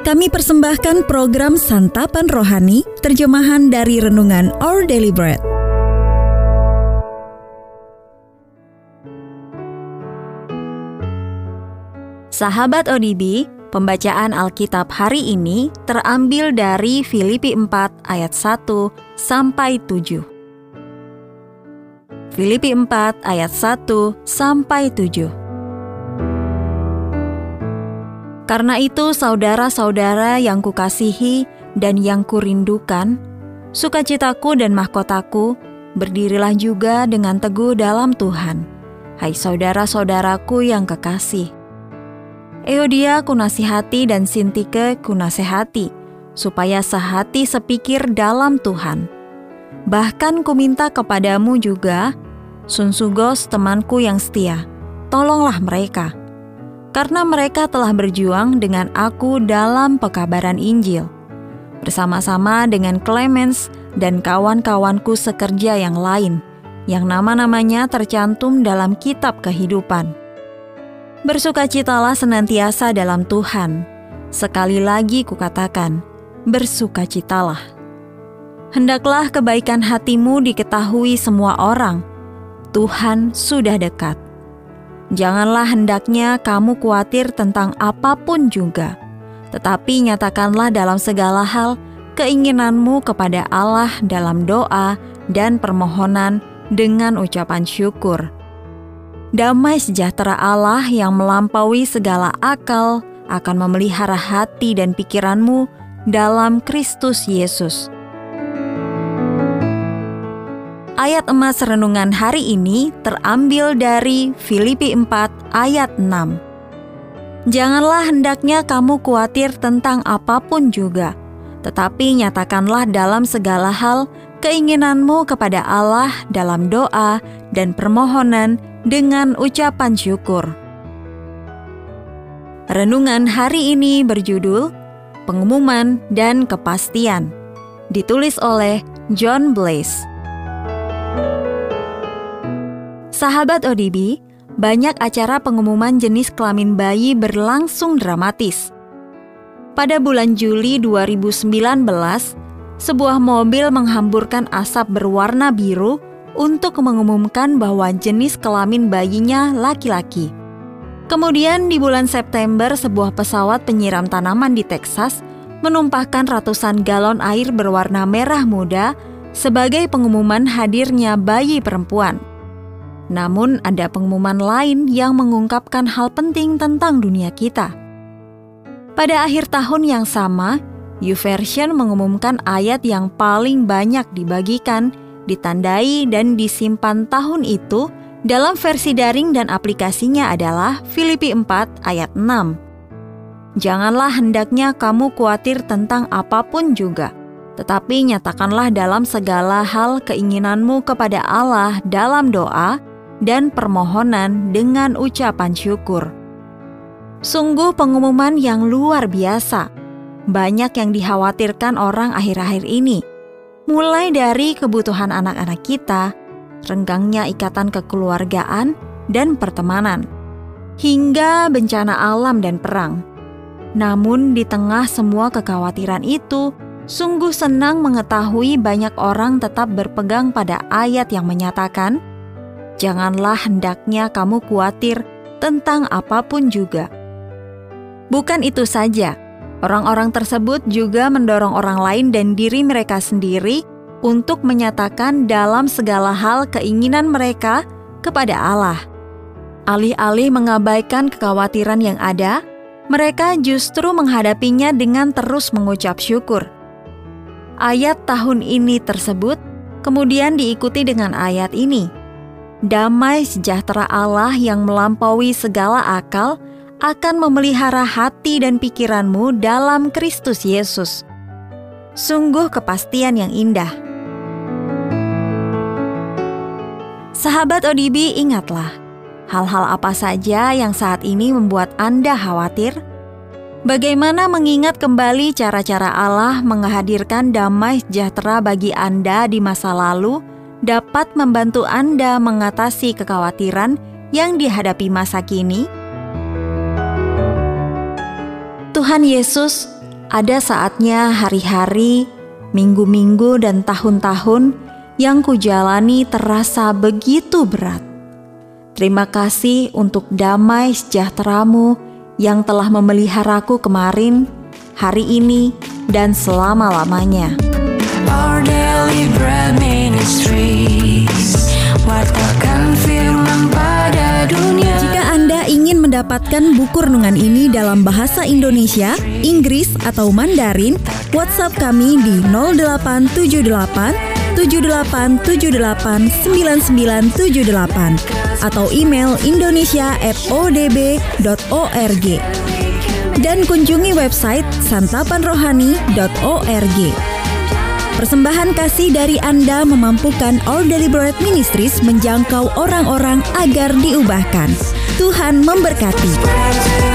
Kami persembahkan program Santapan Rohani, terjemahan dari Renungan Our Daily Bread. Sahabat ODB, pembacaan Alkitab hari ini terambil dari Filipi 4 ayat 1 sampai 7. Filipi 4 ayat 1 sampai 7. Karena itu, saudara-saudara yang kukasihi dan yang kurindukan, sukacitaku dan mahkotaku, berdirilah juga dengan teguh dalam Tuhan. Hai saudara-saudaraku yang kekasih. Euodia kunasihati dan Sintike kunasehati, supaya sehati sepikir dalam Tuhan. Bahkan kuminta kepadamu juga, Sunsugos temanku yang setia, tolonglah mereka. Karena mereka telah berjuang dengan aku dalam pekabaran Injil, bersama-sama dengan Clemens dan kawan-kawanku sekerja yang lain, yang nama-namanya tercantum dalam kitab kehidupan. Bersukacitalah senantiasa dalam Tuhan. Sekali lagi kukatakan, bersukacitalah. Hendaklah kebaikan hatimu diketahui semua orang. Tuhan sudah dekat. Janganlah hendaknya kamu khawatir tentang apapun juga, tetapi nyatakanlah dalam segala hal keinginanmu kepada Allah dalam doa dan permohonan dengan ucapan syukur. Damai sejahtera Allah yang melampaui segala akal akan memelihara hati dan pikiranmu dalam Kristus Yesus. Ayat emas renungan hari ini terambil dari Filipi 4 ayat 6. Janganlah hendaknya kamu khawatir tentang apapun juga, tetapi nyatakanlah dalam segala hal keinginanmu kepada Allah dalam doa dan permohonan dengan ucapan syukur. Renungan hari ini berjudul Pengumuman dan Kepastian, ditulis oleh John Blaze. Sahabat ODB, banyak acara pengumuman jenis kelamin bayi berlangsung dramatis. Pada bulan Juli 2019, sebuah mobil menghamburkan asap berwarna biru untuk mengumumkan bahwa jenis kelamin bayinya laki-laki. Kemudian di bulan September, sebuah pesawat penyiram tanaman di Texas menumpahkan ratusan galon air berwarna merah muda sebagai pengumuman hadirnya bayi perempuan. Namun ada pengumuman lain yang mengungkapkan hal penting tentang dunia kita. Pada akhir tahun yang sama, YouVersion mengumumkan ayat yang paling banyak dibagikan, ditandai dan disimpan tahun itu dalam versi daring dan aplikasinya adalah Filipi 4 ayat 6. Janganlah hendaknya kamu khawatir tentang apapun juga, tetapi nyatakanlah dalam segala hal keinginanmu kepada Allah dalam doa dan permohonan dengan ucapan syukur. Sungguh pengumuman yang luar biasa. Banyak yang dikhawatirkan orang akhir-akhir ini. Mulai dari kebutuhan anak-anak kita, renggangnya ikatan kekeluargaan dan pertemanan, hingga bencana alam dan perang. Namun di tengah semua kekhawatiran itu, sungguh senang mengetahui banyak orang tetap berpegang pada ayat yang menyatakan, janganlah hendaknya kamu khawatir tentang apapun juga. Bukan itu saja, orang-orang tersebut juga mendorong orang lain dan diri mereka sendiri untuk menyatakan dalam segala hal keinginan mereka kepada Allah. Alih-alih mengabaikan kekhawatiran yang ada, mereka justru menghadapinya dengan terus mengucap syukur. Ayat tahun ini tersebut kemudian diikuti dengan ayat ini. Damai sejahtera Allah yang melampaui segala akal akan memelihara hati dan pikiranmu dalam Kristus Yesus. Sungguh kepastian yang indah. Sahabat ODB, ingatlah, hal-hal apa saja yang saat ini membuat Anda khawatir? Bagaimana mengingat kembali cara-cara Allah menghadirkan damai sejahtera bagi Anda di masa lalu dapat membantu Anda mengatasi kekhawatiran yang dihadapi masa kini? Tuhan Yesus, Ada saatnya hari-hari, minggu-minggu, dan tahun-tahun yang kujalani terasa begitu berat. Terima kasih untuk damai sejahtera-Mu yang telah memeliharaku kemarin, hari ini, dan selama-lamanya. Our Daily Bread Ministries, wartakan firman pada dunia. Jika Anda ingin mendapatkan buku renungan ini dalam bahasa Indonesia, Inggris, atau Mandarin, WhatsApp kami di 0878 78789978 atau email indonesia@odb.org dan kunjungi website santapanrohani.org. Persembahan kasih dari Anda memampukan Our Daily Bread Ministries menjangkau orang-orang agar diubahkan. Tuhan memberkati.